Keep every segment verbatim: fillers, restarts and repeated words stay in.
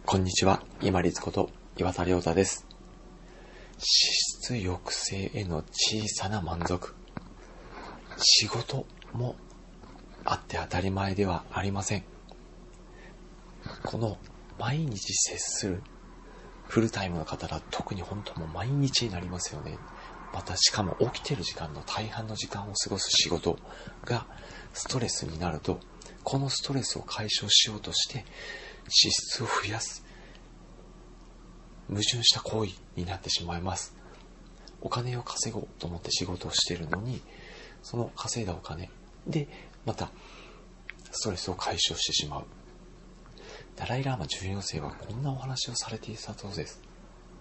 こんにちは、今立こと岩田亮太です。脂質抑制への小さな満足。仕事もあって当たり前ではありません。この毎日接するフルタイムの方だと特に本当もう毎日になりますよね。またしかも起きてる時間の大半の時間を過ごす仕事がストレスになると、このストレスを解消しようとして脂質を増やす矛盾した行為になってしまいます。お金を稼ごうと思って仕事をしているのに、その稼いだお金でまたストレスを解消してしまう。ダライラーマじゅうよん世はこんなお話をされていたそうです。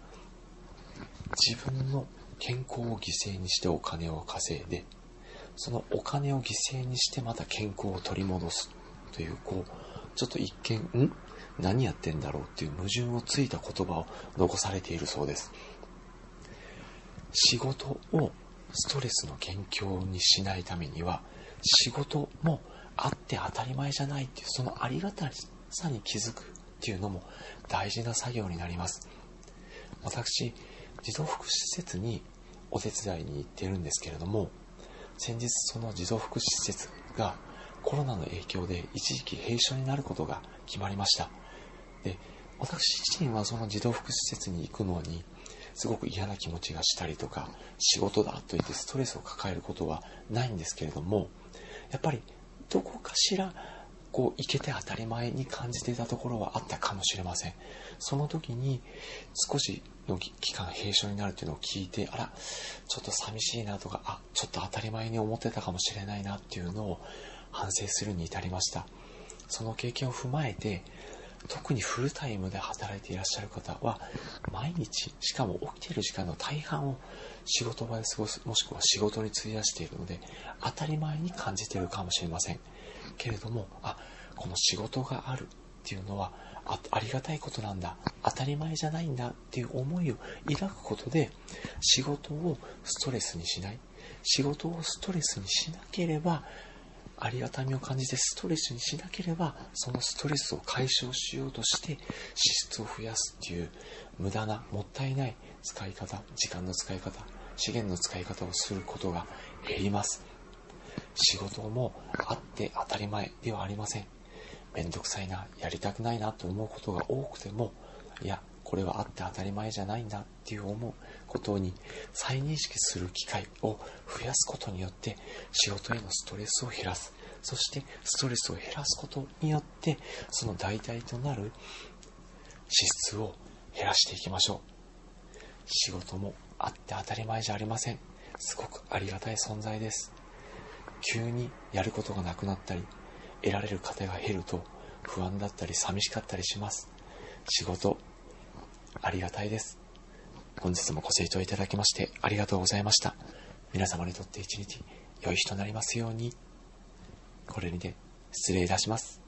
自分の健康を犠牲にしてお金を稼いで、そのお金を犠牲にしてまた健康を取り戻すという、こうちょっと一見ん何やってんだろうっていう矛盾をついた言葉を残されているそうです。仕事をストレスの元凶にしないためには、仕事もあって当たり前じゃないっていう、そのありがたさに気づくっていうのも大事な作業になります。私、児童福祉施設にお手伝いに行っているんですけれども、先日その児童福祉施設がコロナの影響で一時期閉所になることが決まりました。で、私自身はその児童福祉施設に行くのにすごく嫌な気持ちがしたりとか、仕事だと言ってストレスを抱えることはないんですけれども、やっぱりどこかしらこう行けて当たり前に感じていたところはあったかもしれません。その時に少しの期間閉所になるというのを聞いて、あらちょっと寂しいなとか、あちょっと当たり前に思ってたかもしれないなっていうのを反省するに至りました。その経験を踏まえて、特にフルタイムで働いていらっしゃる方は毎日、しかも起きている時間の大半を仕事場で過ごす、もしくは仕事に費やしているので当たり前に感じているかもしれませんけれども、あこの仕事があるっていうのは あ, ありがたいことなんだ、当たり前じゃないんだっていう思いを抱くことで、仕事をストレスにしない、仕事をストレスにしなければ、ありがたみを感じてストレスにしなければ、そのストレスを解消しようとして脂質を増やすっていう無駄なもったいない使い方、時間の使い方、資源の使い方をすることが減ります。仕事もあって当たり前ではありません。めんどくさいな、やりたくないなと思うことが多くても、いやこれはあって当たり前じゃないんだっていう思うことに再認識する機会を増やすことによって仕事へのストレスを減らす。そしてストレスを減らすことによってその代替となる脂質を減らしていきましょう。仕事もあって当たり前じゃありません。すごくありがたい存在です。急にやることがなくなったり、得られる糧が減ると不安だったり寂しかったりします。仕事ありがたいです。本日もご清聴いただきましてありがとうございました。皆様にとって一日良い日となりますように。これにて失礼いたします。